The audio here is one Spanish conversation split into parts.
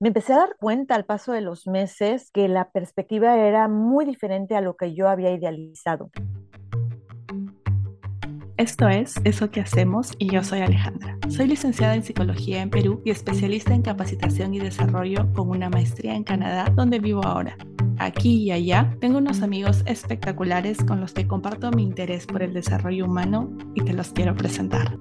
Me empecé a dar cuenta al paso de los meses que la perspectiva era muy diferente a lo que yo había idealizado. Esto es Eso que hacemos y yo soy Alejandra. Soy licenciada en Psicología en Perú y especialista en capacitación y desarrollo con una maestría en Canadá, donde vivo ahora. Aquí y allá tengo unos amigos espectaculares con los que comparto mi interés por el desarrollo humano y te los quiero presentar.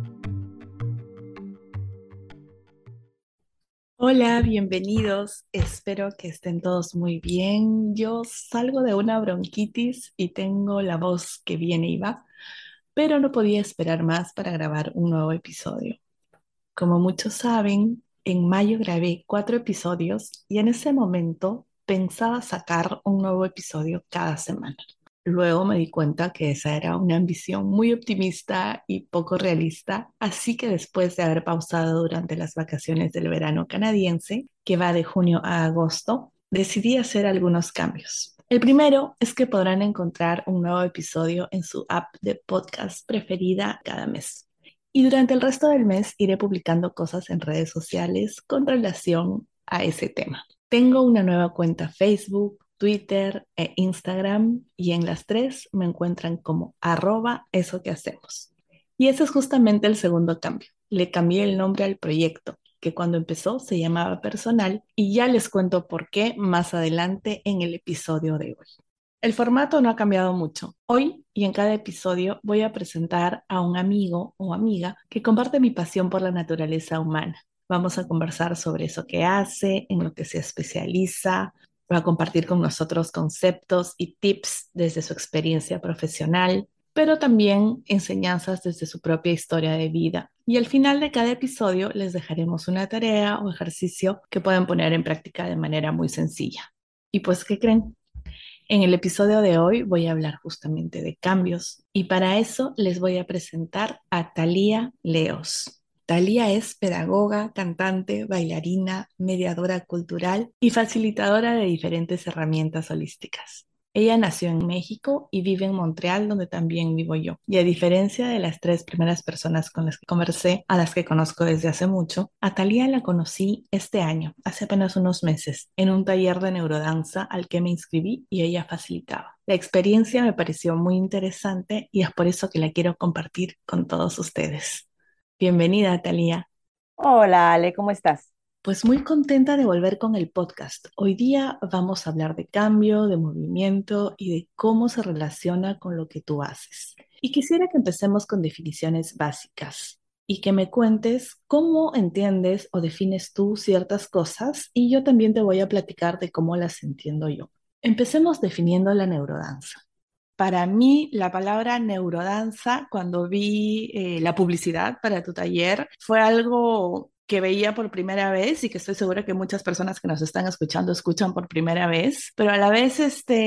Hola, bienvenidos. Espero que estén todos muy bien. Yo salgo de una bronquitis y tengo la voz que viene y va, pero no podía esperar más para grabar un nuevo episodio. Como muchos saben, en mayo grabé 4 episodios y en ese momento pensaba sacar un nuevo episodio cada semana. Luego me di cuenta que esa era una ambición muy optimista y poco realista, así que después de haber pausado durante las vacaciones del verano canadiense, que va de junio a agosto, decidí hacer algunos cambios. El primero es que podrán encontrar un nuevo episodio en su app de podcast preferida cada mes. Y durante el resto del mes iré publicando cosas en redes sociales con relación a ese tema. Tengo una nueva cuenta Facebook, Twitter e Instagram y en las tres me encuentran como @eso que hacemos. Y ese es justamente el segundo cambio. Le cambié el nombre al proyecto, que cuando empezó se llamaba Personal y ya les cuento por qué más adelante en el episodio de hoy. El formato no ha cambiado mucho. Hoy y en cada episodio voy a presentar a un amigo o amiga que comparte mi pasión por la naturaleza humana. Vamos a conversar sobre eso que hace, en lo que se especializa, va a compartir con nosotros conceptos y tips desde su experiencia profesional, pero también enseñanzas desde su propia historia de vida. Y al final de cada episodio les dejaremos una tarea o ejercicio que pueden poner en práctica de manera muy sencilla. ¿Y pues qué creen? En el episodio de hoy voy a hablar justamente de cambios y para eso les voy a presentar a Thalía Leos. Thalía es pedagoga, cantante, bailarina, mediadora cultural y facilitadora de diferentes herramientas holísticas. Ella nació en México y vive en Montreal, donde también vivo yo. Y a diferencia de las tres primeras personas con las que conversé, a las que conozco desde hace mucho, a Thalía la conocí este año, hace apenas unos meses, en un taller de neurodanza al que me inscribí y ella facilitaba. La experiencia me pareció muy interesante y es por eso que la quiero compartir con todos ustedes. Bienvenida, Thalía. Hola, Ale, ¿cómo estás? Pues muy contenta de volver con el podcast. Hoy día vamos a hablar de cambio, de movimiento y de cómo se relaciona con lo que tú haces. Y quisiera que empecemos con definiciones básicas y que me cuentes cómo entiendes o defines tú ciertas cosas y yo también te voy a platicar de cómo las entiendo yo. Empecemos definiendo la neurodanza. Para mí, la palabra neurodanza, cuando vi la publicidad para tu taller, fue algo que veía por primera vez y que estoy segura que muchas personas que nos están escuchando escuchan por primera vez, pero a la vez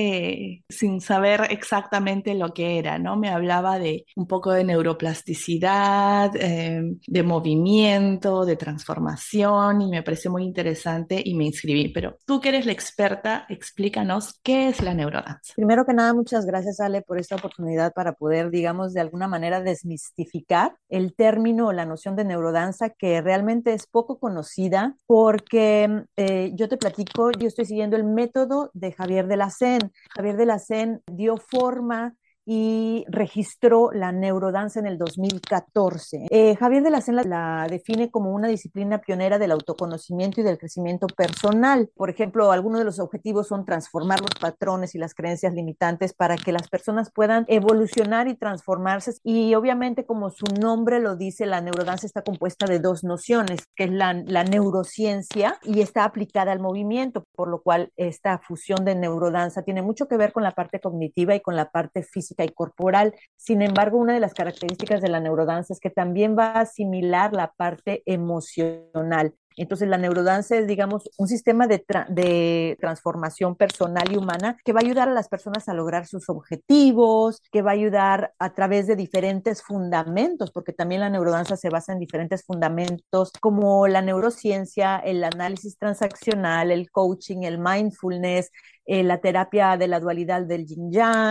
sin saber exactamente lo que era, ¿no? Me hablaba de un poco de neuroplasticidad, de movimiento, de transformación y me pareció muy interesante y me inscribí. Pero tú que eres la experta, explícanos qué es la neurodanza. Primero que nada, muchas gracias, Ale, por esta oportunidad para poder, digamos, de alguna manera desmistificar el término o la noción de neurodanza que realmente es poco conocida porque yo te platico, yo estoy siguiendo el método de Javier de la Sen. Javier de la Sen dio forma y registró la neurodanza en el 2014. Javier de la Sen la define como una disciplina pionera del autoconocimiento y del crecimiento personal. Por ejemplo, algunos de los objetivos son transformar los patrones y las creencias limitantes para que las personas puedan evolucionar y transformarse. Y obviamente, como su nombre lo dice, la neurodanza está compuesta de dos nociones, que es la neurociencia y está aplicada al movimiento, por lo cual esta fusión de neurodanza tiene mucho que ver con la parte cognitiva y con la parte física y corporal. Sin embargo, una de las características de la neurodanza es que también va a asimilar la parte emocional. Entonces, la neurodanza es, digamos, un sistema de transformación personal y humana que va a ayudar a las personas a lograr sus objetivos, que va a ayudar a través de diferentes fundamentos, porque también la neurodanza se basa en diferentes fundamentos como la neurociencia, el análisis transaccional, el coaching, el mindfulness, la terapia de la dualidad del yin yang,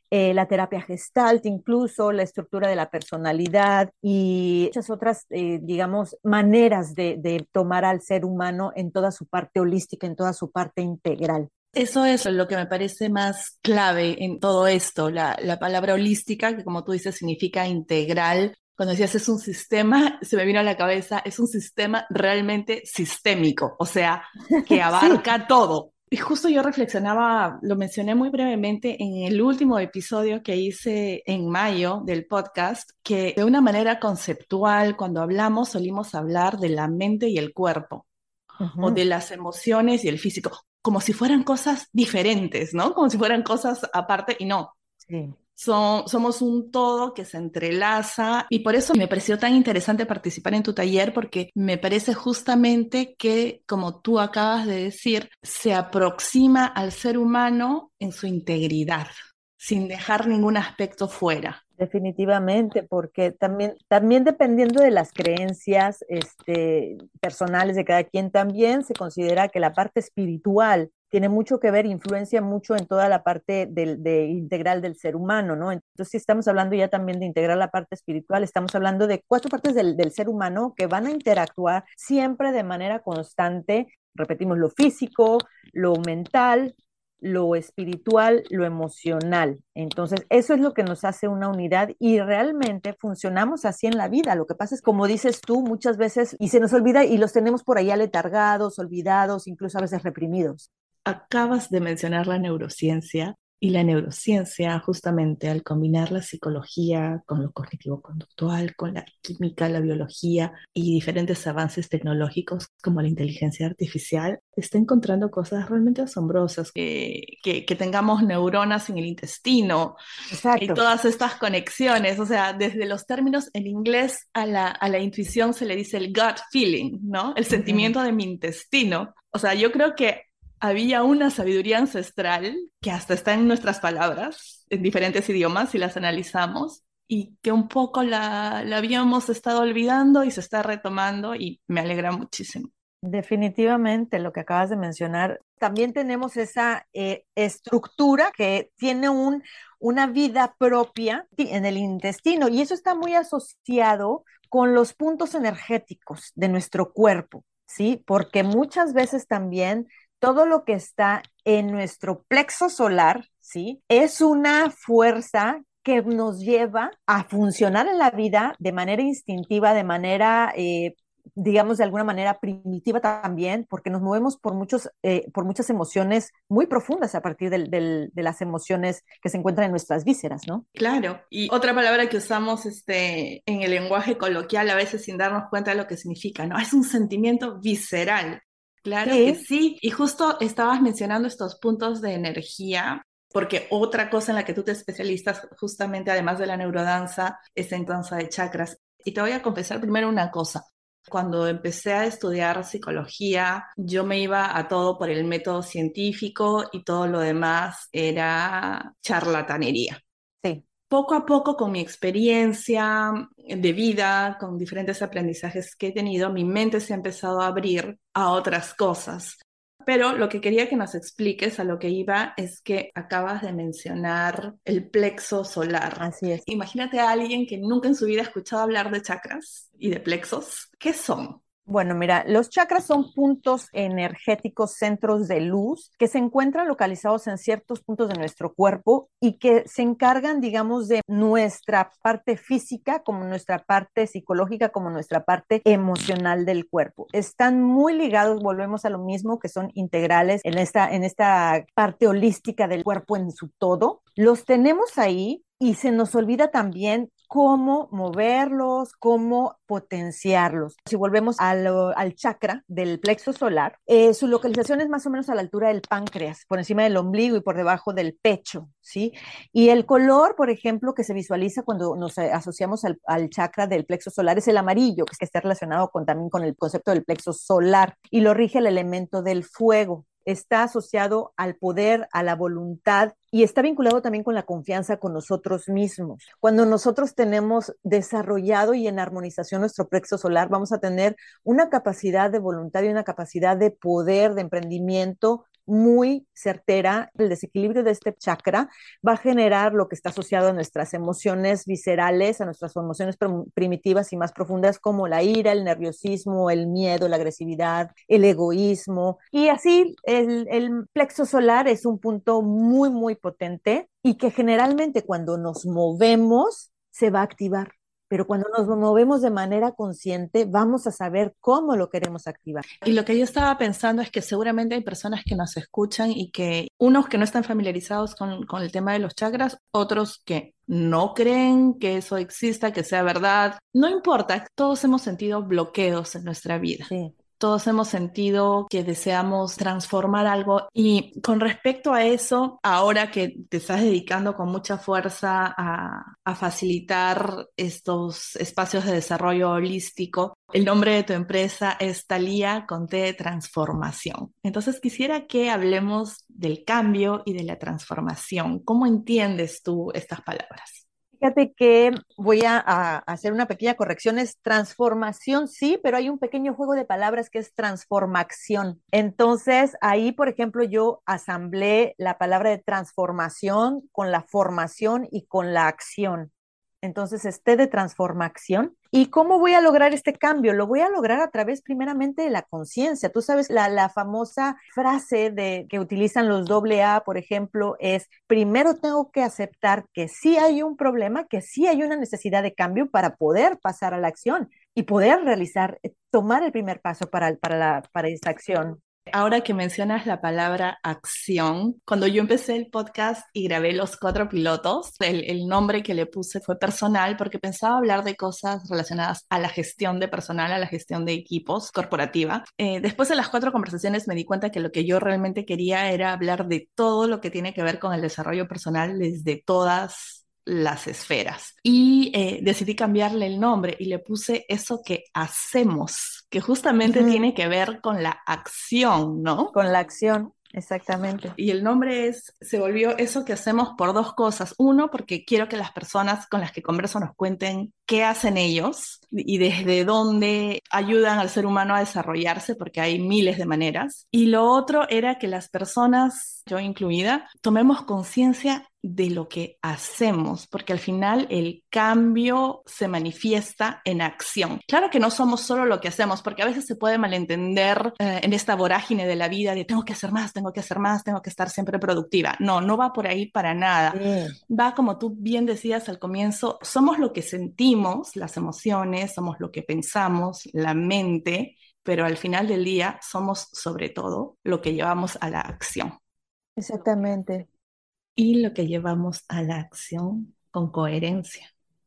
la terapia Gestalt, incluso la estructura de la personalidad y muchas otras, digamos, maneras de tomar al ser humano en toda su parte holística, en toda su parte integral. Eso es lo que me parece más clave en todo esto, la palabra holística, que como tú dices significa integral. Cuando decías es un sistema, se me vino a la cabeza, es un sistema realmente sistémico, o sea, que Sí. abarca todo. Y justo yo reflexionaba, lo mencioné muy brevemente en el último episodio que hice en mayo del podcast, que de una manera conceptual, cuando hablamos, solimos hablar de la mente y el cuerpo o Ujú. de las emociones y el físico, como si fueran cosas diferentes, ¿no? Como si fueran cosas aparte y no. Sí. Somos un todo que se entrelaza y por eso me pareció tan interesante participar en tu taller porque me parece justamente que, como tú acabas de decir, se aproxima al ser humano en su integridad, sin dejar ningún aspecto fuera. Definitivamente, porque también dependiendo de las creencias personales de cada quien, también se considera que la parte espiritual tiene mucho que ver, influencia mucho en toda la parte integral del ser humano, ¿no? Entonces, si estamos hablando ya también de integrar la parte espiritual, estamos hablando de cuatro partes del ser humano que van a interactuar siempre de manera constante, repetimos, lo físico, lo mental, lo espiritual, lo emocional. Entonces, eso es lo que nos hace una unidad y realmente funcionamos así en la vida. Lo que pasa es, como dices tú, muchas veces, y se nos olvida y los tenemos por ahí aletargados, olvidados, incluso a veces reprimidos. Acabas de mencionar la neurociencia y la neurociencia justamente al combinar la psicología con lo cognitivo-conductual, con la química, la biología y diferentes avances tecnológicos como la inteligencia artificial, está encontrando cosas realmente asombrosas, que tengamos neuronas en el intestino y Exacto. todas estas conexiones, o sea, desde los términos en inglés a la intuición se le dice el gut feeling, ¿no? El Ujú. sentimiento de mi intestino. O sea, yo creo que había una sabiduría ancestral que hasta está en nuestras palabras, en diferentes idiomas, si las analizamos, y que un poco la habíamos estado olvidando y se está retomando y me alegra muchísimo. Definitivamente, lo que acabas de mencionar. También tenemos esa estructura que tiene una vida propia en el intestino y eso está muy asociado con los puntos energéticos de nuestro cuerpo, ¿sí? Porque muchas veces también todo lo que está en nuestro plexo solar, ¿sí? Es una fuerza que nos lleva a funcionar en la vida de manera instintiva, de manera digamos, de alguna manera primitiva también, porque nos movemos por muchas emociones muy profundas a partir de las emociones que se encuentran en nuestras vísceras, ¿no? Claro, y otra palabra que usamos en el lenguaje coloquial a veces sin darnos cuenta de lo que significa, ¿no? Es un sentimiento visceral. Claro que Sí, sí, y justo estabas mencionando estos puntos de energía, porque otra cosa en la que tú te especializas justamente, además de la neurodanza, es en danza de chakras. Y te voy a confesar primero una cosa. Cuando empecé a estudiar psicología, yo me iba a todo por el método científico y todo lo demás era charlatanería. sí. Poco a poco, con mi experiencia de vida, con diferentes aprendizajes que he tenido, mi mente se ha empezado a abrir a otras cosas. Pero lo que quería que nos expliques, a lo que iba, es que acabas de mencionar el plexo solar. Así es. Imagínate a alguien que nunca en su vida ha escuchado hablar de chakras y de plexos. ¿Qué son? Bueno, mira, los chakras son puntos energéticos, centros de luz que se encuentran localizados en ciertos puntos de nuestro cuerpo y que se encargan, digamos, de nuestra parte física, como nuestra parte psicológica, como nuestra parte emocional del cuerpo. Están muy ligados, volvemos a lo mismo, que son integrales en esta parte holística del cuerpo en su todo. Los tenemos ahí y se nos olvida también cómo moverlos, cómo potenciarlos. Si volvemos al chakra del plexo solar, su localización es más o menos a la altura del páncreas, por encima del ombligo y por debajo del pecho, ¿sí? Y el color, por ejemplo, que se visualiza cuando nos asociamos al chakra del plexo solar es el amarillo, que está relacionado también con el concepto del plexo solar y lo rige el elemento del fuego. Está asociado al poder, a la voluntad y está vinculado también con la confianza con nosotros mismos. Cuando nosotros tenemos desarrollado y en armonización nuestro plexo solar, vamos a tener una capacidad de voluntad y una capacidad de poder, de emprendimiento muy certera. El desequilibrio de este chakra va a generar lo que está asociado a nuestras emociones viscerales, a nuestras emociones primitivas y más profundas, como la ira, el nerviosismo, el miedo, la agresividad, el egoísmo. Y así el plexo solar es un punto muy, muy potente y que generalmente cuando nos movemos se va a activar. Pero cuando nos movemos de manera consciente, vamos a saber cómo lo queremos activar. Y lo que yo estaba pensando es que seguramente hay personas que nos escuchan y que unos que no están familiarizados con el tema de los chakras, otros que no creen que eso exista, que sea verdad. No importa, todos hemos sentido bloqueos en nuestra vida. Sí. Todos hemos sentido que deseamos transformar algo y con respecto a eso, ahora que te estás dedicando con mucha fuerza a facilitar estos espacios de desarrollo holístico, el nombre de tu empresa es Thalía con T de transformación. Entonces quisiera que hablemos del cambio y de la transformación. ¿Cómo entiendes tú estas palabras? Fíjate que voy a hacer una pequeña corrección, es transformación, sí, pero hay un pequeño juego de palabras que es transformación. Entonces, ahí, por ejemplo, yo asamblé la palabra de transformación con la formación y con la acción. Entonces, esté de transformación. ¿Y cómo voy a lograr este cambio? Lo voy a lograr a través primeramente de la conciencia. Tú sabes, la famosa frase que utilizan los doble A, por ejemplo, es, primero tengo que aceptar que sí hay un problema, que sí hay una necesidad de cambio para poder pasar a la acción y poder realizar, tomar el primer paso para esa acción. Ahora que mencionas la palabra acción, cuando yo empecé el podcast y grabé los 4 pilotos, el nombre que le puse fue personal porque pensaba hablar de cosas relacionadas a la gestión de personal, a la gestión de equipos corporativa. Después de las 4 conversaciones me di cuenta que lo que yo realmente quería era hablar de todo lo que tiene que ver con el desarrollo personal desde todas las esferas. Y decidí cambiarle el nombre y le puse eso que hacemos, que justamente Ujú. tiene que ver con la acción, ¿no? Con la acción, exactamente. Y el nombre se volvió eso que hacemos por 2 cosas. Uno, porque quiero que las personas con las que converso nos cuenten qué hacen ellos y desde dónde ayudan al ser humano a desarrollarse, porque hay miles de maneras. Y lo otro era que las personas, yo incluida, tomemos conciencia de lo que hacemos, porque al final el cambio se manifiesta en acción. Claro que no somos solo lo que hacemos, porque a veces se puede malentender en esta vorágine de la vida de tengo que hacer más, tengo que hacer más, tengo que estar siempre productiva. No, no va por ahí para nada. Sí. Va como tú bien decías al comienzo, somos lo que sentimos, las emociones, somos lo que pensamos, la mente, pero al final del día somos sobre todo lo que llevamos a la acción Exactamente. y lo que llevamos a la acción con coherencia.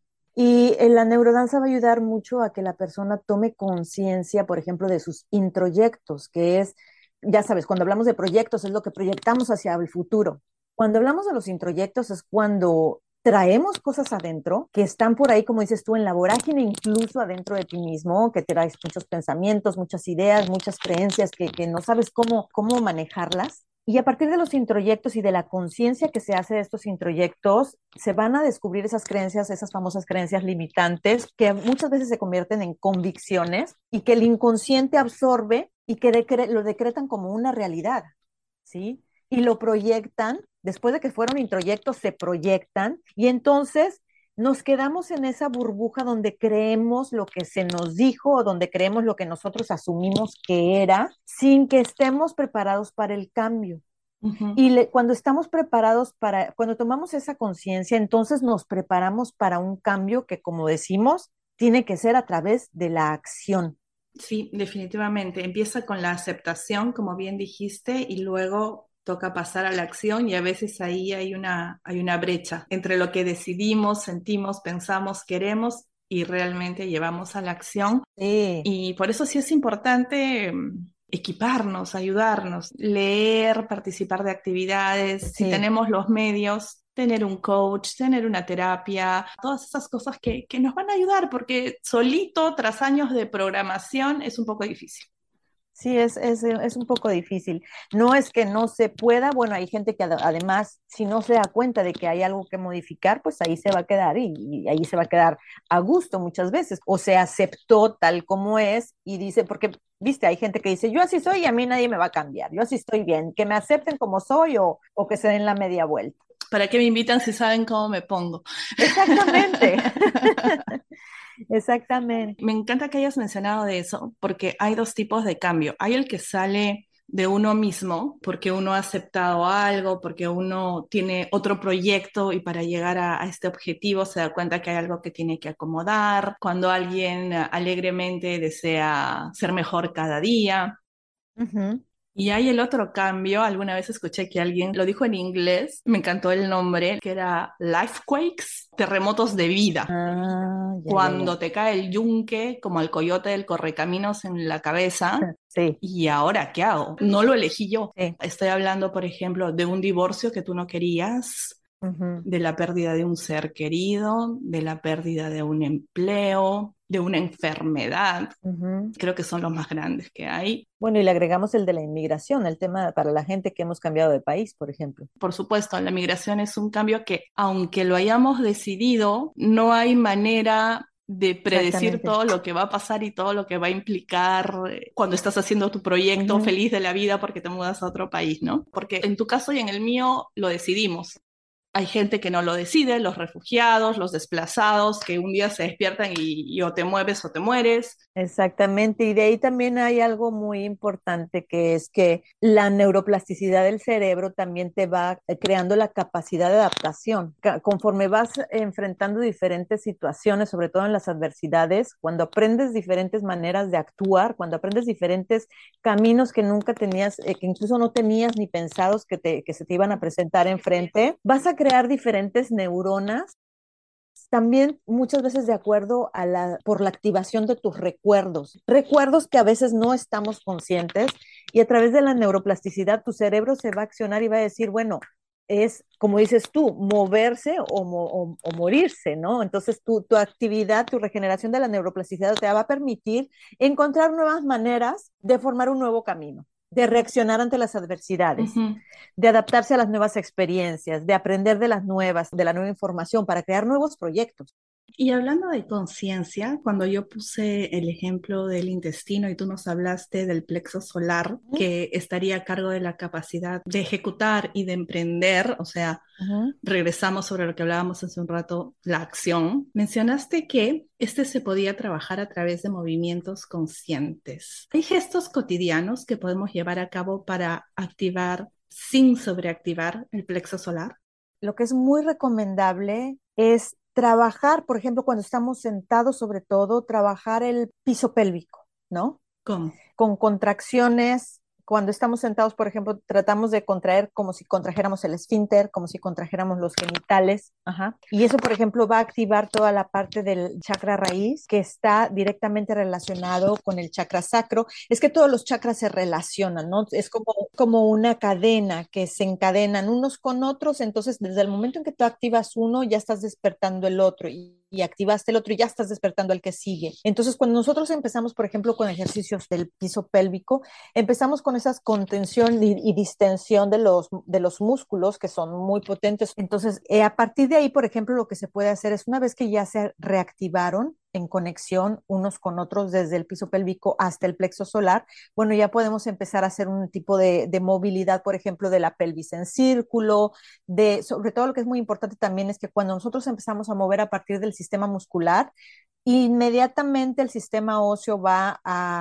Y la neurodanza va a ayudar mucho a que la persona tome conciencia, por ejemplo, de sus introyectos, que es, ya sabes, cuando hablamos de proyectos es lo que proyectamos hacia el futuro. Cuando hablamos de los introyectos es cuando traemos cosas adentro que están por ahí, como dices tú, en la vorágine, incluso adentro de ti mismo, que traes muchos pensamientos, muchas ideas, muchas creencias que no sabes cómo manejarlas. Y a partir de los introyectos y de la conciencia que se hace de estos introyectos, se van a descubrir esas creencias, esas famosas creencias limitantes, que muchas veces se convierten en convicciones y que el inconsciente absorbe y que lo decretan como una realidad, ¿sí? Y lo proyectan, después de que fueron introyectos, se proyectan y entonces nos quedamos en esa burbuja donde creemos lo que se nos dijo o donde creemos lo que nosotros asumimos que era, sin que estemos preparados para el cambio. Ujú. Y cuando estamos preparados cuando tomamos esa conciencia, entonces nos preparamos para un cambio que, como decimos, tiene que ser a través de la acción. Sí, definitivamente. Empieza con la aceptación, como bien dijiste, y luego toca pasar a la acción y a veces ahí hay una brecha entre lo que decidimos, sentimos, pensamos, queremos y realmente llevamos a la acción. Sí, Y por eso sí es importante equiparnos, ayudarnos, leer, participar de actividades, si sí. tenemos los medios, tener un coach, tener una terapia, todas esas cosas que nos van a ayudar, porque solito, tras años de programación, es un poco difícil. Sí, es un poco difícil. No es que no se pueda, bueno, hay gente que además, si no se da cuenta de que hay algo que modificar, pues ahí se va a quedar y ahí se va a quedar a gusto muchas veces. O se aceptó tal como es y dice, porque Viste, hay gente que dice, yo así soy y a mí nadie me va a cambiar, yo así estoy bien, que me acepten como soy o que se den la media vuelta. ¿Para qué me invitan si saben cómo me pongo? Exactamente, exactamente. Me encanta que hayas mencionado de eso, porque hay dos tipos de cambio. Hay el que sale de uno mismo, porque uno ha aceptado algo, porque uno tiene otro proyecto y para llegar a este objetivo se da cuenta que hay algo que tiene que acomodar, cuando alguien alegremente desea ser mejor cada día. Ujú. Y hay el otro cambio, alguna vez escuché que alguien lo dijo en inglés, me encantó el nombre, que era lifequakes, terremotos de vida. Ah, ya, ya, ya. Cuando te cae el yunque, como el coyote del correcaminos en la cabeza, Sí, ¿y ahora qué hago? No lo elegí yo. sí. Estoy hablando, por ejemplo, de un divorcio que tú no querías, Ujú, de la pérdida de un ser querido, de la pérdida de un empleo, de una enfermedad. ujú. Creo que son los más grandes que hay. Bueno, y le agregamos el de la inmigración, el tema para la gente que hemos cambiado de país, por ejemplo. Por supuesto, la migración es un cambio que, aunque lo hayamos decidido, no hay manera de predecir Exactamente. todo lo que va a pasar y todo lo que va a implicar cuando estás haciendo tu proyecto Ujú. feliz de la vida porque te mudas a otro país, ¿no? Porque en tu caso y en el mío lo decidimos. Hay gente que no lo decide, los refugiados, los desplazados, que un día se despiertan y o te mueves o te mueres. Exactamente, y de ahí también hay algo muy importante que es que la neuroplasticidad del cerebro también te va creando la capacidad de adaptación. Conforme vas enfrentando diferentes situaciones, sobre todo en las adversidades, cuando aprendes diferentes maneras de actuar, cuando aprendes diferentes caminos que nunca tenías, que incluso no tenías ni pensados que se te iban a presentar enfrente, vas a crear diferentes neuronas también muchas veces de acuerdo a por la activación de tus recuerdos, recuerdos que a veces no estamos conscientes y a través de la neuroplasticidad tu cerebro se va a accionar y va a decir, bueno, es como dices tú, moverse o morirse, ¿no? Entonces tu actividad, tu regeneración de la neuroplasticidad te va a permitir encontrar nuevas maneras de formar un nuevo camino, de reaccionar ante las adversidades, Ujú. de adaptarse a las nuevas experiencias, de aprender de las nuevas, de la nueva información para crear nuevos proyectos. Y hablando de conciencia, cuando yo puse el ejemplo del intestino y tú nos hablaste del plexo solar, Uh -huh, que estaría a cargo de la capacidad de ejecutar y de emprender, o sea, uh -huh. regresamos sobre lo que hablábamos hace un rato, la acción, mencionaste que este se podía trabajar a través de movimientos conscientes. ¿Hay gestos cotidianos que podemos llevar a cabo para activar sin sobreactivar el plexo solar? Lo que es muy recomendable es trabajar, por ejemplo, cuando estamos sentados, sobre todo, trabajar el piso pélvico, ¿no? ¿Cómo? Con contracciones. Cuando estamos sentados, por ejemplo, tratamos de contraer como si contrajéramos el esfínter, como si contrajéramos los genitales. Ajá. Y eso, por ejemplo, va a activar toda la parte del chakra raíz que está directamente relacionado con el chakra sacro. Es que todos los chakras se relacionan, ¿no? Es como una cadena que se encadenan unos con otros. Entonces, desde el momento en que tú activas uno, ya estás despertando el otro y activaste el otro y ya estás despertando el que sigue. Entonces, cuando nosotros empezamos, por ejemplo, con ejercicios del piso pélvico, empezamos con esa contención y distensión de los músculos que son muy potentes. Entonces, a partir de ahí, por ejemplo, lo que se puede hacer es una vez que ya se reactivaron en conexión unos con otros desde el piso pélvico hasta el plexo solar, bueno, ya podemos empezar a hacer un tipo de movilidad, por ejemplo, de la pelvis en círculo, sobre todo lo que es muy importante también es que cuando nosotros empezamos a mover a partir del sistema muscular, inmediatamente el sistema óseo va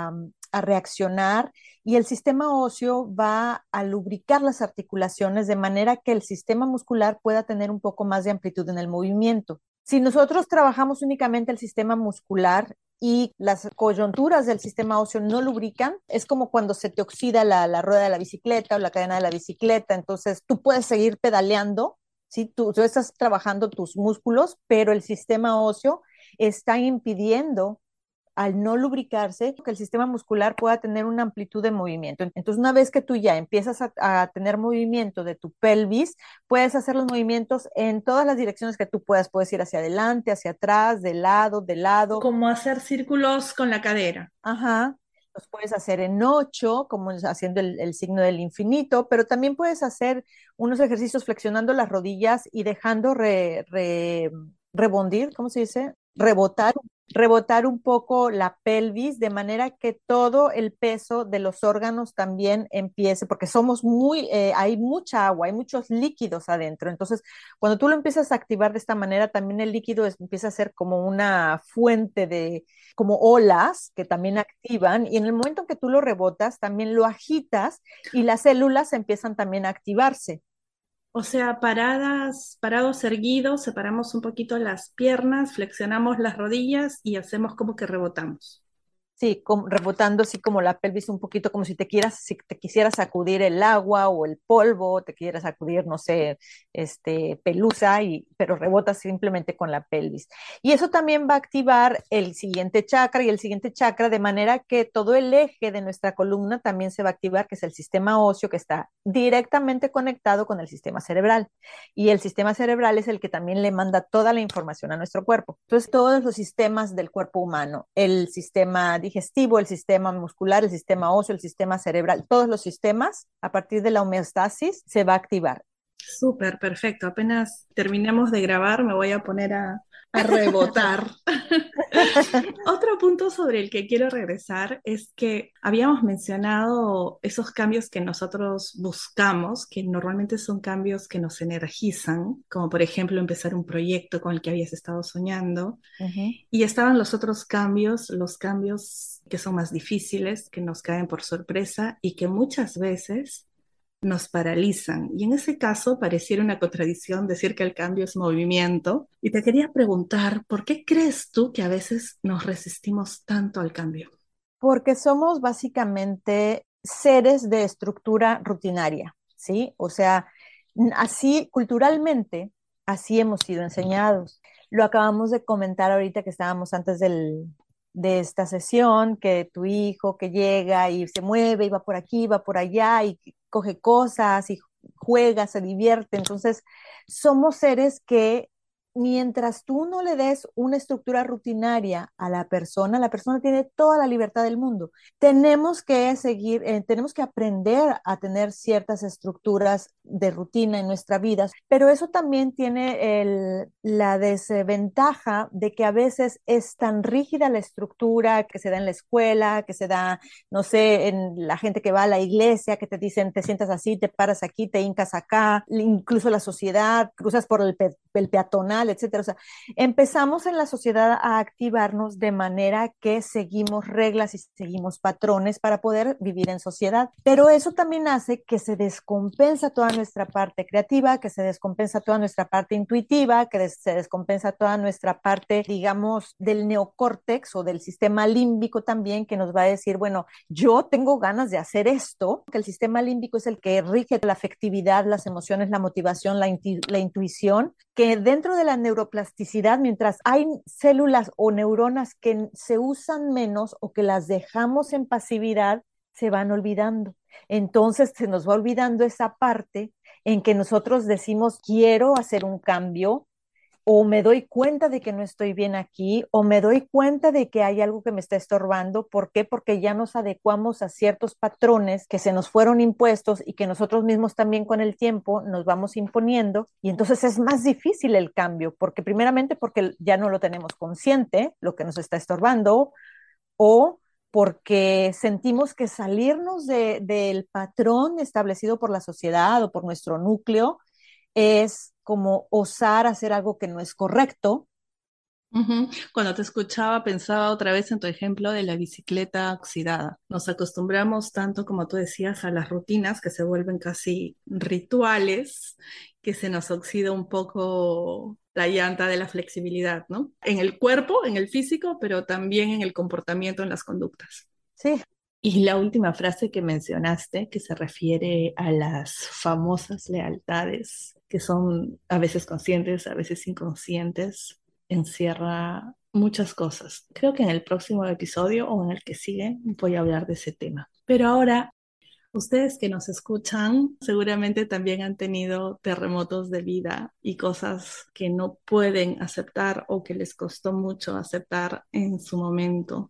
a reaccionar y el sistema óseo va a lubricar las articulaciones de manera que el sistema muscular pueda tener un poco más de amplitud en el movimiento. Si nosotros trabajamos únicamente el sistema muscular y las coyunturas del sistema óseo no lubrican, es como cuando se te oxida la rueda de la bicicleta o la cadena de la bicicleta, entonces tú puedes seguir pedaleando, ¿sí? Tú estás trabajando tus músculos, pero el sistema óseo está impidiendo al no lubricarse, que el sistema muscular pueda tener una amplitud de movimiento. Entonces, una vez que tú ya empiezas a tener movimiento de tu pelvis, puedes hacer los movimientos en todas las direcciones que tú puedas. Puedes ir hacia adelante, hacia atrás, de lado, de lado. Como hacer círculos con la cadera. Ajá. Los puedes hacer en ocho, como haciendo el signo del infinito, pero también puedes hacer unos ejercicios flexionando las rodillas y dejando rebondir, ¿cómo se dice? Rebotar rebotar un poco la pelvis de manera que todo el peso de los órganos también empiece, porque somos hay mucha agua, hay muchos líquidos adentro. Entonces, cuando tú lo empiezas a activar de esta manera, también el líquido empieza a ser como una fuente de, como olas que también activan. Y en el momento en que tú lo rebotas, también lo agitas y las células empiezan también a activarse. O sea, parados erguidos, separamos un poquito las piernas, flexionamos las rodillas y hacemos como que rebotamos. Sí, rebotando así como la pelvis un poquito, como si te quisieras sacudir el agua o el polvo, te quisieras sacudir, no sé, pelusa, pero rebotas simplemente con la pelvis. Y eso también va a activar el siguiente chakra y el siguiente chakra, de manera que todo el eje de nuestra columna también se va a activar, que es el sistema óseo, que está directamente conectado con el sistema cerebral. Y el sistema cerebral es el que también le manda toda la información a nuestro cuerpo. Entonces, todos los sistemas del cuerpo humano, el sistema digestivo, el sistema muscular, el sistema óseo, el sistema cerebral, todos los sistemas, a partir de la homeostasis, se va a activar. Súper, perfecto. Apenas terminemos de grabar, me voy a poner a rebotar. Otro punto sobre el que quiero regresar es que habíamos mencionado esos cambios que nosotros buscamos, que normalmente son cambios que nos energizan, como por ejemplo empezar un proyecto con el que habías estado soñando. Uh -huh. Y estaban los otros cambios, los cambios que son más difíciles, que nos caen por sorpresa y que muchas veces nos paralizan. Y en ese caso pareciera una contradicción decir que el cambio es movimiento. Y te quería preguntar, ¿por qué crees tú que a veces nos resistimos tanto al cambio? Porque somos básicamente seres de estructura rutinaria, ¿sí? O sea, así culturalmente, así hemos sido enseñados. Lo acabamos de comentar ahorita que estábamos antes de esta sesión, que tu hijo que llega y se mueve y va por aquí, va por allá y coge cosas y juega, se divierte. Entonces, somos seres que mientras tú no le des una estructura rutinaria a la persona tiene toda la libertad del mundo. Tenemos que seguir, tenemos que aprender a tener ciertas estructuras de rutina en nuestra vida, pero eso también tiene la desventaja de que a veces es tan rígida la estructura que se da en la escuela, que se da, no sé, en la gente que va a la iglesia, que te dicen, te sientas así, te paras aquí, te hincas acá, incluso la sociedad, cruzas por el peatonal, etcétera. O sea, empezamos en la sociedad a activarnos de manera que seguimos reglas y seguimos patrones para poder vivir en sociedad. Pero eso también hace que se descompensa toda nuestra parte creativa, que se descompensa toda nuestra parte intuitiva, que se descompensa toda nuestra parte, digamos, del neocórtex o del sistema límbico también, que nos va a decir, bueno, yo tengo ganas de hacer esto, que el sistema límbico es el que rige la afectividad, las emociones, la motivación, la intuición, que dentro de la neuroplasticidad, mientras hay células o neuronas que se usan menos o que las dejamos en pasividad, se van olvidando. Entonces se nos va olvidando esa parte en que nosotros decimos, quiero hacer un cambio, o me doy cuenta de que no estoy bien aquí, o me doy cuenta de que hay algo que me está estorbando. ¿Por qué? Porque ya nos adecuamos a ciertos patrones que se nos fueron impuestos y que nosotros mismos también con el tiempo nos vamos imponiendo. Y entonces es más difícil el cambio, porque primeramente porque ya no lo tenemos consciente, lo que nos está estorbando, o porque sentimos que salirnos del patrón establecido por la sociedad o por nuestro núcleo es como osar hacer algo que no es correcto. Ujú. Cuando te escuchaba, pensaba otra vez en tu ejemplo de la bicicleta oxidada. Nos acostumbramos tanto, como tú decías, a las rutinas que se vuelven casi rituales, que se nos oxida un poco la llanta de la flexibilidad, ¿no? En el cuerpo, en el físico, pero también en el comportamiento, en las conductas. Sí, Y la última frase que mencionaste, que se refiere a las famosas lealtades, que son a veces conscientes, a veces inconscientes, encierra muchas cosas. Creo que en el próximo episodio o en el que sigue voy a hablar de ese tema. Pero ahora, ustedes que nos escuchan seguramente también han tenido terremotos de vida y cosas que no pueden aceptar o que les costó mucho aceptar en su momento.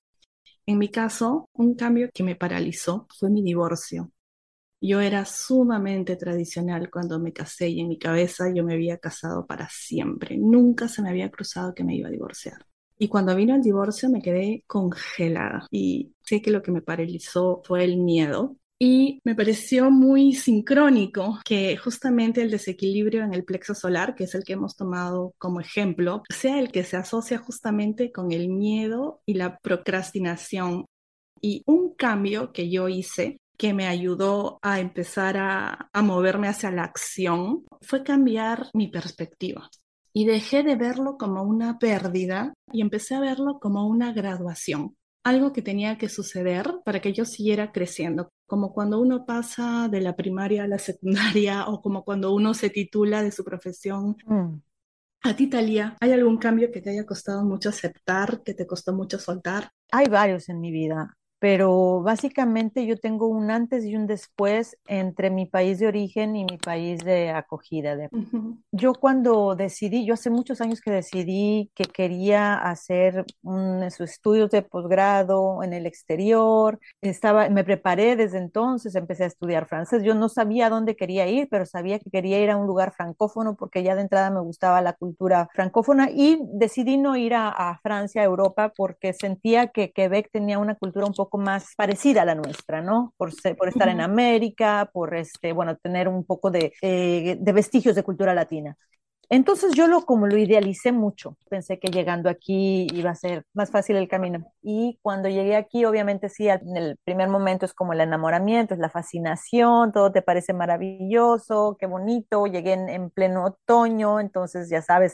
En mi caso, un cambio que me paralizó fue mi divorcio. Yo era sumamente tradicional cuando me casé y en mi cabeza yo me había casado para siempre. Nunca se me había cruzado que me iba a divorciar. Y cuando vino el divorcio me quedé congelada y sé que lo que me paralizó fue el miedo. Y me pareció muy sincrónico que justamente el desequilibrio en el plexo solar, que es el que hemos tomado como ejemplo, sea el que se asocia justamente con el miedo y la procrastinación. Y un cambio que yo hice que me ayudó a empezar a moverme hacia la acción fue cambiar mi perspectiva. Y dejé de verlo como una pérdida y empecé a verlo como una graduación, algo que tenía que suceder para que yo siguiera creciendo, como cuando uno pasa de la primaria a la secundaria o como cuando uno se titula de su profesión. Mm. A ti, Talía, ¿hay algún cambio que te haya costado mucho aceptar, que te costó mucho soltar? Hay varios en mi vida, pero básicamente yo tengo un antes y un después entre mi país de origen y mi país de acogida. Ujú. Yo cuando decidí, yo hace muchos años que decidí que quería hacer sus estudios de posgrado en el exterior, me preparé desde entonces, empecé a estudiar francés. Yo no sabía a dónde quería ir, pero sabía que quería ir a un lugar francófono porque ya de entrada me gustaba la cultura francófona y decidí no ir a Francia, a Europa, porque sentía que Quebec tenía una cultura un poco más parecida a la nuestra, ¿no? Por estar en Ujú. América, bueno, tener un poco de vestigios de cultura latina. Entonces yo como lo idealicé mucho, pensé que llegando aquí iba a ser más fácil el camino. Y cuando llegué aquí, obviamente sí, en el primer momento es como el enamoramiento, es la fascinación, todo te parece maravilloso, qué bonito. Llegué en pleno otoño, entonces ya sabes,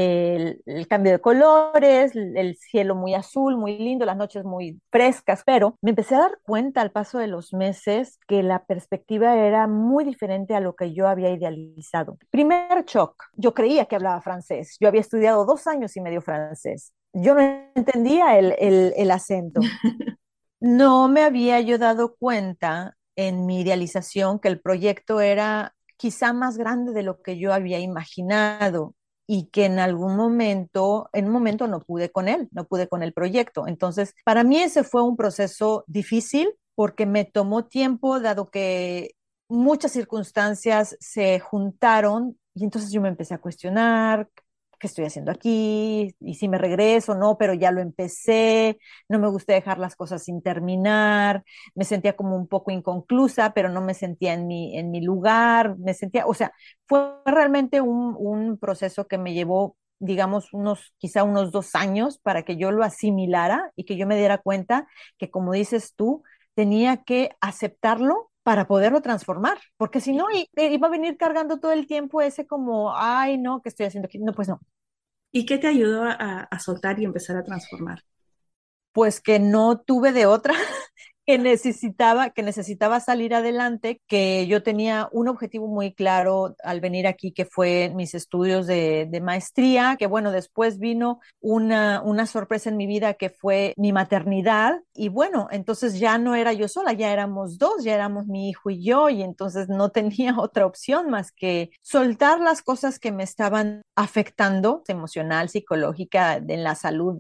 el cambio de colores, el cielo muy azul, muy lindo, las noches muy frescas, pero me empecé a dar cuenta al paso de los meses que la perspectiva era muy diferente a lo que yo había idealizado. Primer shock, yo creía que hablaba francés, yo había estudiado 2 años y medio francés, yo no entendía el acento, no me había yo dado cuenta en mi idealización que el proyecto era quizá más grande de lo que yo había imaginado y que en un momento no pude con él, no pude con el proyecto. Entonces, para mí ese fue un proceso difícil porque me tomó tiempo, dado que muchas circunstancias se juntaron y entonces yo me empecé a cuestionar qué estoy haciendo aquí y si me regreso, no, pero ya lo empecé, no me gusta dejar las cosas sin terminar, me sentía como un poco inconclusa, pero no me sentía en mi lugar, me sentía, o sea, fue realmente un proceso que me llevó, digamos, quizá unos 2 años para que yo lo asimilara y que yo me diera cuenta que, como dices tú, tenía que aceptarlo para poderlo transformar, porque si no, iba a venir cargando todo el tiempo ese como, ay, no, ¿qué estoy haciendo aquí? No, pues no, ¿Y qué te ayudó a soltar y empezar a transformar? pues que no tuve de otra, que necesitaba salir adelante, que yo tenía un objetivo muy claro al venir aquí, que fue mis estudios de maestría, que bueno, después vino una sorpresa en mi vida que fue mi maternidad, y bueno, entonces ya no era yo sola, ya éramos dos, ya éramos mi hijo y yo, y entonces no tenía otra opción más que soltar las cosas que me estaban afectando emocional, psicológica, en la salud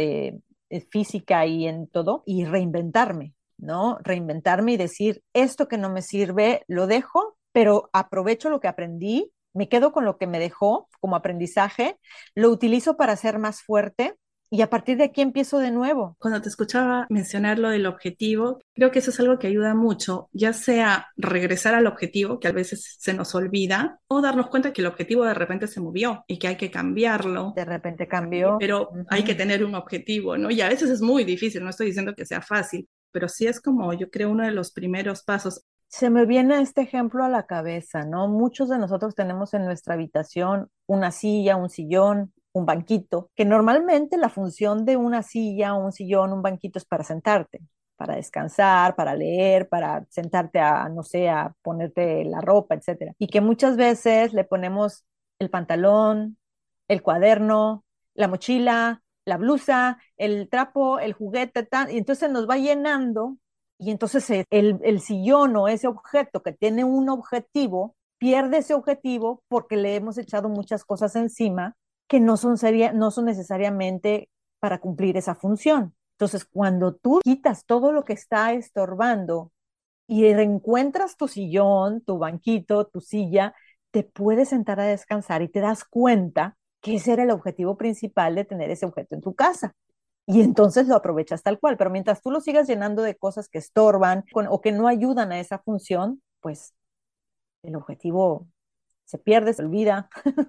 física y en todo, y reinventarme, ¿no? Reinventarme y decir, esto que no me sirve, lo dejo, pero aprovecho lo que aprendí, me quedo con lo que me dejó como aprendizaje, lo utilizo para ser más fuerte y a partir de aquí empiezo de nuevo. Cuando te escuchaba mencionar lo del objetivo, creo que eso es algo que ayuda mucho, ya sea regresar al objetivo, que a veces se nos olvida, o darnos cuenta que el objetivo de repente se movió y que hay que cambiarlo, De repente cambió. pero hay que Uh-huh. tener un objetivo, ¿no? Y a veces es muy difícil, no estoy diciendo que sea fácil, pero sí es como yo creo uno de los primeros pasos. Se me viene este ejemplo a la cabeza, ¿no? Muchos de nosotros tenemos en nuestra habitación una silla, un sillón, un banquito, que normalmente la función de una silla, un sillón, un banquito es para sentarte, para descansar, para leer, para sentarte a, no sé, a ponerte la ropa, etcétera. Y que muchas veces le ponemos el pantalón, el cuaderno, la mochila, la blusa, el trapo, el juguete, y entonces nos va llenando y entonces el sillón o ese objeto que tiene un objetivo, pierde ese objetivo porque le hemos echado muchas cosas encima que no son necesariamente para cumplir esa función. Entonces, cuando tú quitas todo lo que está estorbando y reencuentras tu sillón, tu banquito, tu silla, te puedes sentar a descansar y te das cuenta que ese era el objetivo principal de tener ese objeto en tu casa. Y entonces lo aprovechas tal cual, pero mientras tú lo sigas llenando de cosas que estorban o que no ayudan a esa función, pues el objetivo se pierde, se olvida.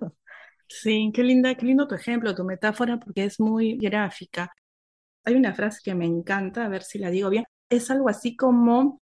Sí, qué lindo tu ejemplo, tu metáfora, porque es muy gráfica. Hay una frase que me encanta, a ver si la digo bien. Es algo así como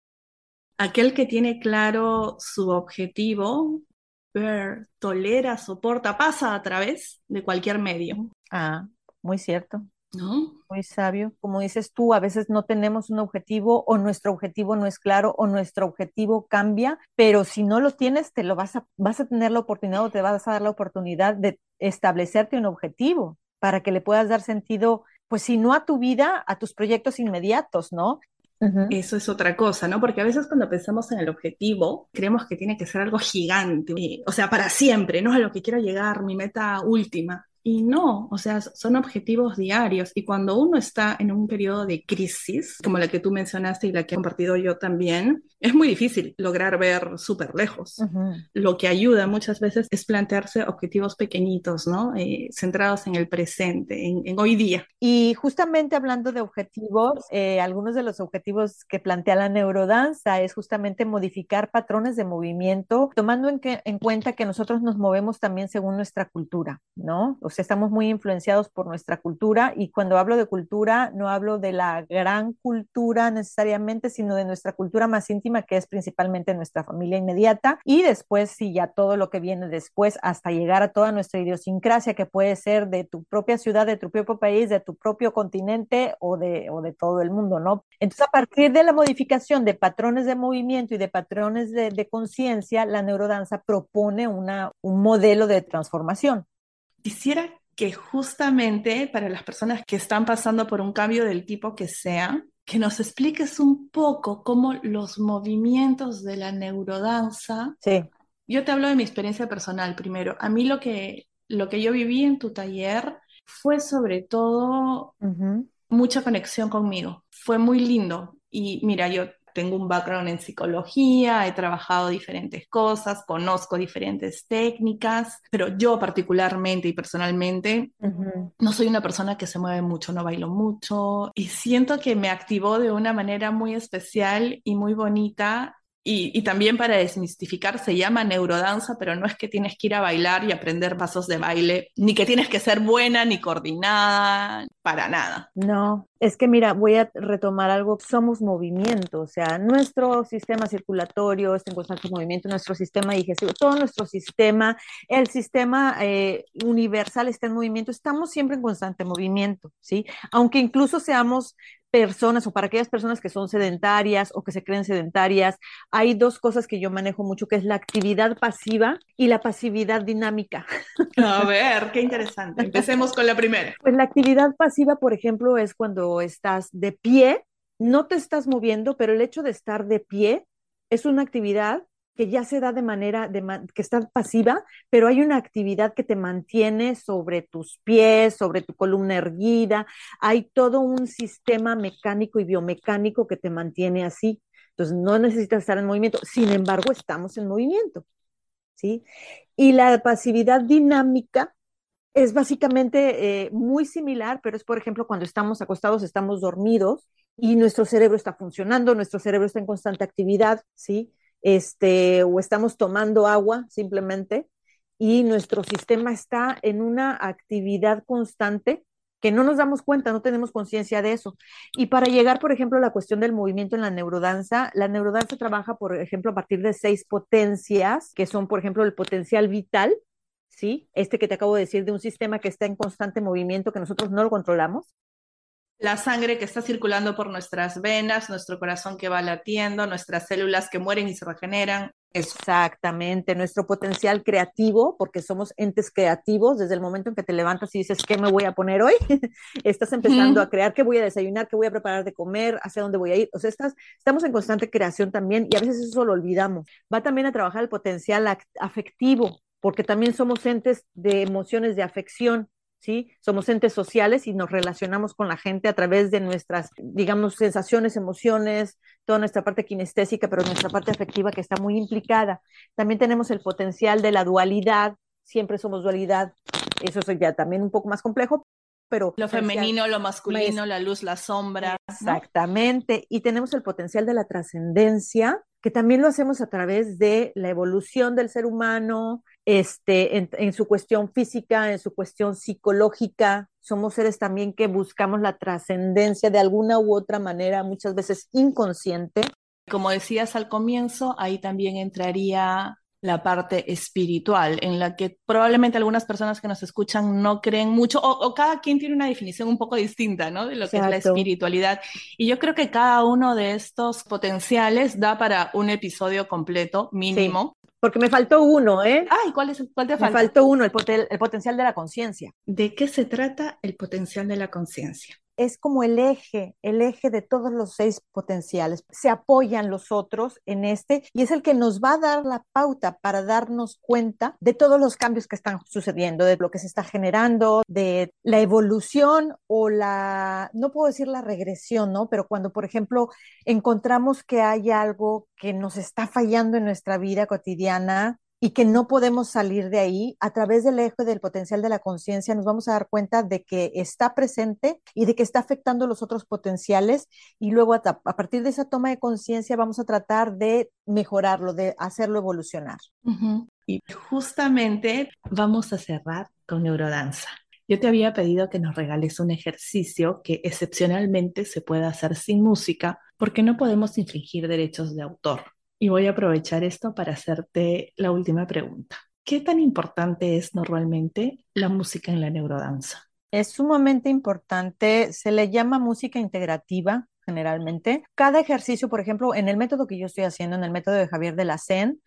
aquel que tiene claro su objetivo, ver, tolera, soporta, pasa a través de cualquier medio, Ah, muy cierto. ¿no? Muy sabio. Como dices tú, a veces no tenemos un objetivo o nuestro objetivo no es claro o nuestro objetivo cambia, pero si no lo tienes, te lo vas a tener la oportunidad o te vas a dar la oportunidad de establecerte un objetivo para que le puedas dar sentido, pues si no a tu vida, a tus proyectos inmediatos, ¿no? Ujú. Eso es otra cosa, ¿no? Porque a veces cuando pensamos en el objetivo, creemos que tiene que ser algo gigante, o sea, para siempre, ¿no? A lo que quiero llegar, mi meta última. Y no, o sea, son objetivos diarios. Y cuando uno está en un periodo de crisis, como la que tú mencionaste y la que he compartido yo también, es muy difícil lograr ver súper lejos. Ujú. Lo que ayuda muchas veces es plantearse objetivos pequeñitos, ¿no? Centrados en el presente, en hoy día. Y justamente hablando de objetivos, algunos de los objetivos que plantea la neurodanza es justamente modificar patrones de movimiento, tomando en cuenta que nosotros nos movemos también según nuestra cultura, ¿no? O sea, estamos muy influenciados por nuestra cultura y cuando hablo de cultura, no hablo de la gran cultura necesariamente, sino de nuestra cultura más íntima, que es principalmente nuestra familia inmediata, y después, sí, ya todo lo que viene después, hasta llegar a toda nuestra idiosincrasia, que puede ser de tu propia ciudad, de tu propio país, de tu propio continente o de todo el mundo, ¿no? Entonces, a partir de la modificación de patrones de movimiento y de patrones de conciencia, la neurodanza propone un modelo de transformación. Quisiera que justamente para las personas que están pasando por un cambio del tipo que sea, que nos expliques un poco cómo los movimientos de la neurodanza, Sí. yo te hablo de mi experiencia personal primero. A mí lo que yo viví en tu taller fue sobre todo Ujú. mucha conexión conmigo. Fue muy lindo. Y mira, yo tengo un background en psicología, he trabajado diferentes cosas, conozco diferentes técnicas, pero yo particularmente y personalmente Ujú. no soy una persona que se mueve mucho, no bailo mucho y siento que me activó de una manera muy especial y muy bonita. Y también para desmistificar, se llama neurodanza, pero no es que tienes que ir a bailar y aprender pasos de baile, ni que tienes que ser buena ni coordinada, para nada. No, es que mira, voy a retomar algo, somos movimiento, o sea, nuestro sistema circulatorio está en constante movimiento, nuestro sistema digestivo, todo nuestro sistema, el sistema universal está en movimiento, estamos siempre en constante movimiento, ¿sí? Aunque incluso seamos personas o para aquellas personas que son sedentarias o que se creen sedentarias, hay dos cosas que yo manejo mucho, que es la actividad pasiva y la pasividad dinámica. A ver, qué interesante. Empecemos con la primera. Pues la actividad pasiva, por ejemplo, es cuando estás de pie, no te estás moviendo, pero el hecho de estar de pie es una actividad que ya se da de manera que está pasiva, pero hay una actividad que te mantiene sobre tus pies, sobre tu columna erguida, hay todo un sistema mecánico y biomecánico que te mantiene así. Entonces no necesitas estar en movimiento, sin embargo, estamos en movimiento, ¿sí? Y la pasividad dinámica es básicamente muy similar, pero es, por ejemplo, cuando estamos acostados, estamos dormidos y nuestro cerebro está funcionando, nuestro cerebro está en constante actividad, ¿sí? O estamos tomando agua simplemente y nuestro sistema está en una actividad constante que no nos damos cuenta, no tenemos conciencia de eso. Y para llegar, por ejemplo, a la cuestión del movimiento en la neurodanza trabaja, por ejemplo, a partir de 6 potencias, que son, por ejemplo, el potencial vital, ¿sí? Este que te acabo de decir de un sistema que está en constante movimiento, que nosotros no lo controlamos. La sangre que está circulando por nuestras venas, nuestro corazón que va latiendo, nuestras células que mueren y se regeneran. Eso. Exactamente, nuestro potencial creativo, porque somos entes creativos, desde el momento en que te levantas y dices, ¿qué me voy a poner hoy? Estás empezando a crear, ¿qué voy a desayunar? ¿Qué voy a preparar de comer? ¿Hacia dónde voy a ir? O sea, estamos en constante creación también y a veces eso lo olvidamos. Va también a trabajar el potencial afectivo, porque también somos entes de emociones de afección. ¿Sí? Somos entes sociales y nos relacionamos con la gente a través de nuestras, digamos, sensaciones, emociones, toda nuestra parte kinestésica, pero nuestra parte afectiva que está muy implicada. También tenemos el potencial de la dualidad, siempre somos dualidad, Eso es ya también un poco más complejo, pero Lo femenino, lo masculino, es la luz, la sombra, ¿no? exactamente. Y tenemos el potencial de la trascendencia, que también lo hacemos a través de la evolución del ser humano, en su cuestión física, en su cuestión psicológica. Somos seres también que buscamos la trascendencia de alguna u otra manera, muchas veces inconsciente. Como decías al comienzo, ahí también entraría la parte espiritual, en la que probablemente algunas personas que nos escuchan no creen mucho, o cada quien tiene una definición un poco distinta, ¿no? De lo que es la Exacto. espiritualidad. Y yo creo que cada uno de estos potenciales da para un episodio completo, Sí, mínimo. porque me faltó uno, ¿eh? Ay, ¿cuál te Me falta? faltó uno, el potencial de la conciencia. ¿De qué se trata el potencial de la conciencia? Es como el eje de todos los 6 potenciales. Se apoyan los otros en este y es el que nos va a dar la pauta para darnos cuenta de todos los cambios que están sucediendo, de lo que se está generando, de la evolución o no puedo decir la regresión, ¿no? Pero cuando, por ejemplo, encontramos que hay algo que nos está fallando en nuestra vida cotidiana, y que no podemos salir de ahí, a través del eje del potencial de la conciencia nos vamos a dar cuenta de que está presente y de que está afectando los otros potenciales y luego a partir de esa toma de conciencia vamos a tratar de mejorarlo, de hacerlo evolucionar. Y justamente vamos a cerrar con neurodanza. Yo te había pedido que nos regales un ejercicio que excepcionalmente se pueda hacer sin música porque no podemos infringir derechos de autor. Y voy a aprovechar esto para hacerte la última pregunta. ¿Qué tan importante es normalmente la música en la neurodanza? Es sumamente importante, se le llama música integrativa generalmente. Cada ejercicio, por ejemplo, en el método que yo estoy haciendo, en el método de Javier de la Sen,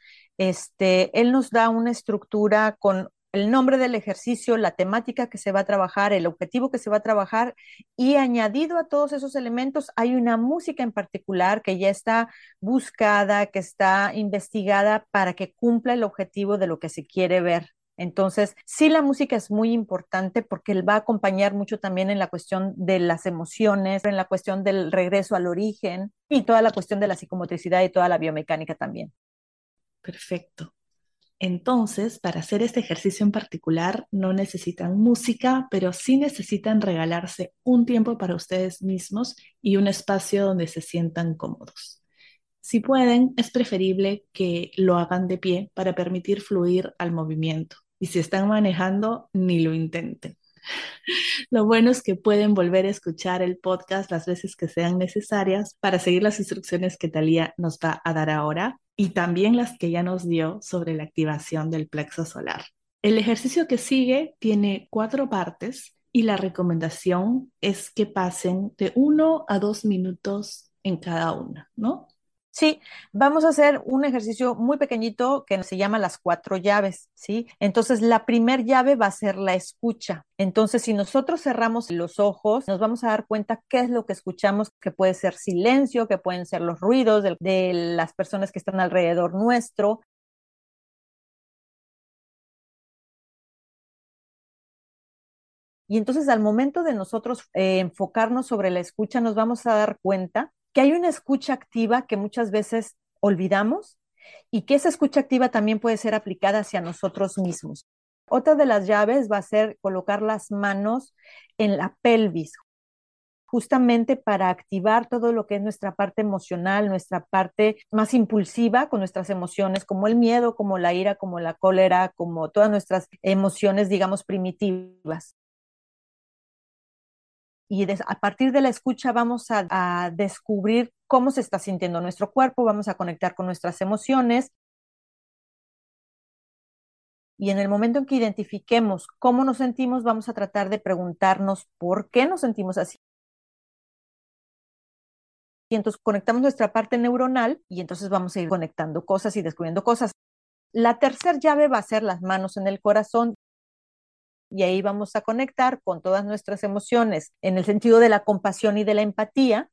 él nos da una estructura con el nombre del ejercicio, la temática que se va a trabajar, el objetivo que se va a trabajar y añadido a todos esos elementos hay una música en particular que ya está buscada, que está investigada para que cumpla el objetivo de lo que se quiere ver. Entonces, sí, la música es muy importante porque él va a acompañar mucho también en la cuestión de las emociones, en la cuestión del regreso al origen y toda la cuestión de la psicomotricidad y toda la biomecánica también. Perfecto. Entonces, para hacer este ejercicio en particular, no necesitan música, pero sí necesitan regalarse un tiempo para ustedes mismos y un espacio donde se sientan cómodos. Si pueden, es preferible que lo hagan de pie para permitir fluir al movimiento. Y si están manejando, ni lo intenten. Lo bueno es que pueden volver a escuchar el podcast las veces que sean necesarias para seguir las instrucciones que Talía nos va a dar ahora y también las que ya nos dio sobre la activación del plexo solar. El ejercicio que sigue tiene 4 partes y la recomendación es que pasen de 1 a 2 minutos en cada una, ¿no? Sí, vamos a hacer un ejercicio muy pequeñito que se llama las 4 llaves, ¿sí? Entonces, la primer llave va a ser la escucha. Entonces, si nosotros cerramos los ojos, nos vamos a dar cuenta qué es lo que escuchamos, que puede ser silencio, que pueden ser los ruidos de las personas que están alrededor nuestro. Y entonces al momento de nosotros enfocarnos sobre la escucha, nos vamos a dar cuenta que hay una escucha activa que muchas veces olvidamos y que esa escucha activa también puede ser aplicada hacia nosotros mismos. Otra de las llaves va a ser colocar las manos en la pelvis, justamente para activar todo lo que es nuestra parte emocional, nuestra parte más impulsiva con nuestras emociones, como el miedo, como la ira, como la cólera, como todas nuestras emociones, digamos, primitivas. Y a partir de la escucha vamos a descubrir cómo se está sintiendo nuestro cuerpo, vamos a conectar con nuestras emociones y en el momento en que identifiquemos cómo nos sentimos, vamos a tratar de preguntarnos por qué nos sentimos así. Y entonces conectamos nuestra parte neuronal y entonces vamos a ir conectando cosas y descubriendo cosas. La tercera llave va a ser las manos en el corazón y ahí vamos a conectar con todas nuestras emociones en el sentido de la compasión y de la empatía.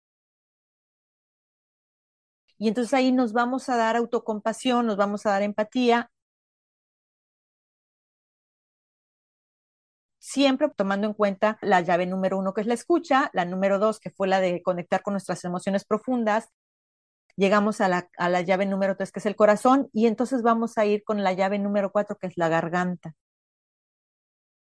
Y entonces ahí nos vamos a dar autocompasión, nos vamos a dar empatía, siempre tomando en cuenta la llave número 1, que es la escucha, la número 2, que fue la de conectar con nuestras emociones profundas. Llegamos a la llave número 3, que es el corazón, y entonces vamos a ir con la llave número 4, que es la garganta.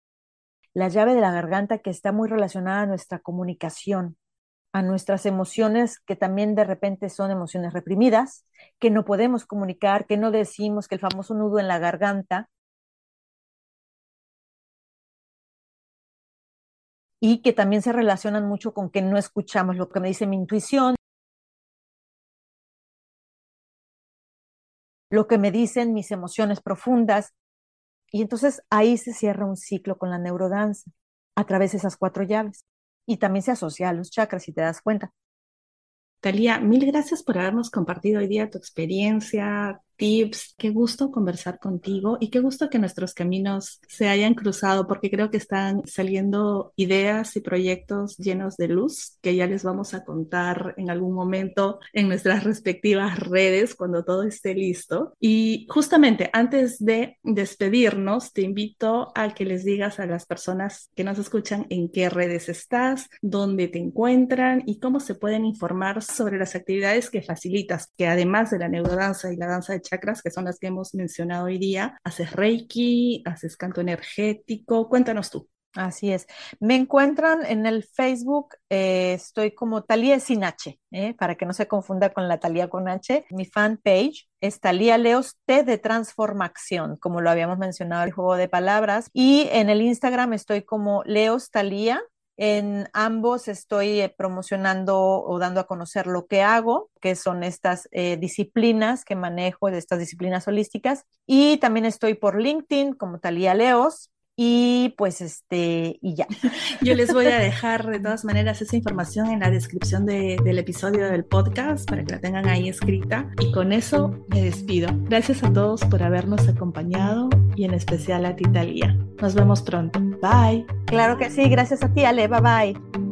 la llave de la garganta, que está muy relacionada a nuestra comunicación, a nuestras emociones, que también de repente son emociones reprimidas, que no podemos comunicar, que no decimos, que el famoso nudo en la garganta, y que también se relacionan mucho con que no escuchamos lo que me dice mi intuición, lo que me dicen mis emociones profundas. Y entonces ahí se cierra un ciclo con la neurodanza a través de esas 4 llaves. Y también se asocia a los chakras, si te das cuenta. Talía, mil gracias por habernos compartido hoy día tu experiencia, tips. Qué gusto conversar contigo y qué gusto que nuestros caminos se hayan cruzado porque creo que están saliendo ideas y proyectos llenos de luz que ya les vamos a contar en algún momento en nuestras respectivas redes cuando todo esté listo. Y justamente antes de despedirnos, te invito a que les digas a las personas que nos escuchan en qué redes estás, dónde te encuentran y cómo se pueden informar sobre las actividades que facilitas, que además de la neurodanza y la danza de chakras, que son las que hemos mencionado hoy día, haces Reiki, haces canto energético. Cuéntanos tú. Así es. Me encuentran en el Facebook, estoy como Talía sin H, para que no se confunda con la Talía con H. Mi fanpage es Talía Leos T de Transformación, como lo habíamos mencionado, el juego de palabras. Y en el Instagram estoy como Leos Talía. En ambos estoy promocionando o dando a conocer lo que hago, que son estas disciplinas que manejo, de estas disciplinas holísticas. Y también estoy por LinkedIn como Talía Leos. Y pues y ya. Yo les voy a dejar de todas maneras esa información en la descripción del episodio del podcast para que la tengan ahí escrita. Y con eso me despido. Gracias a todos por habernos acompañado y en especial a ti, Talía. Nos vemos pronto. Bye. Claro que sí, gracias a ti, Ale, bye bye.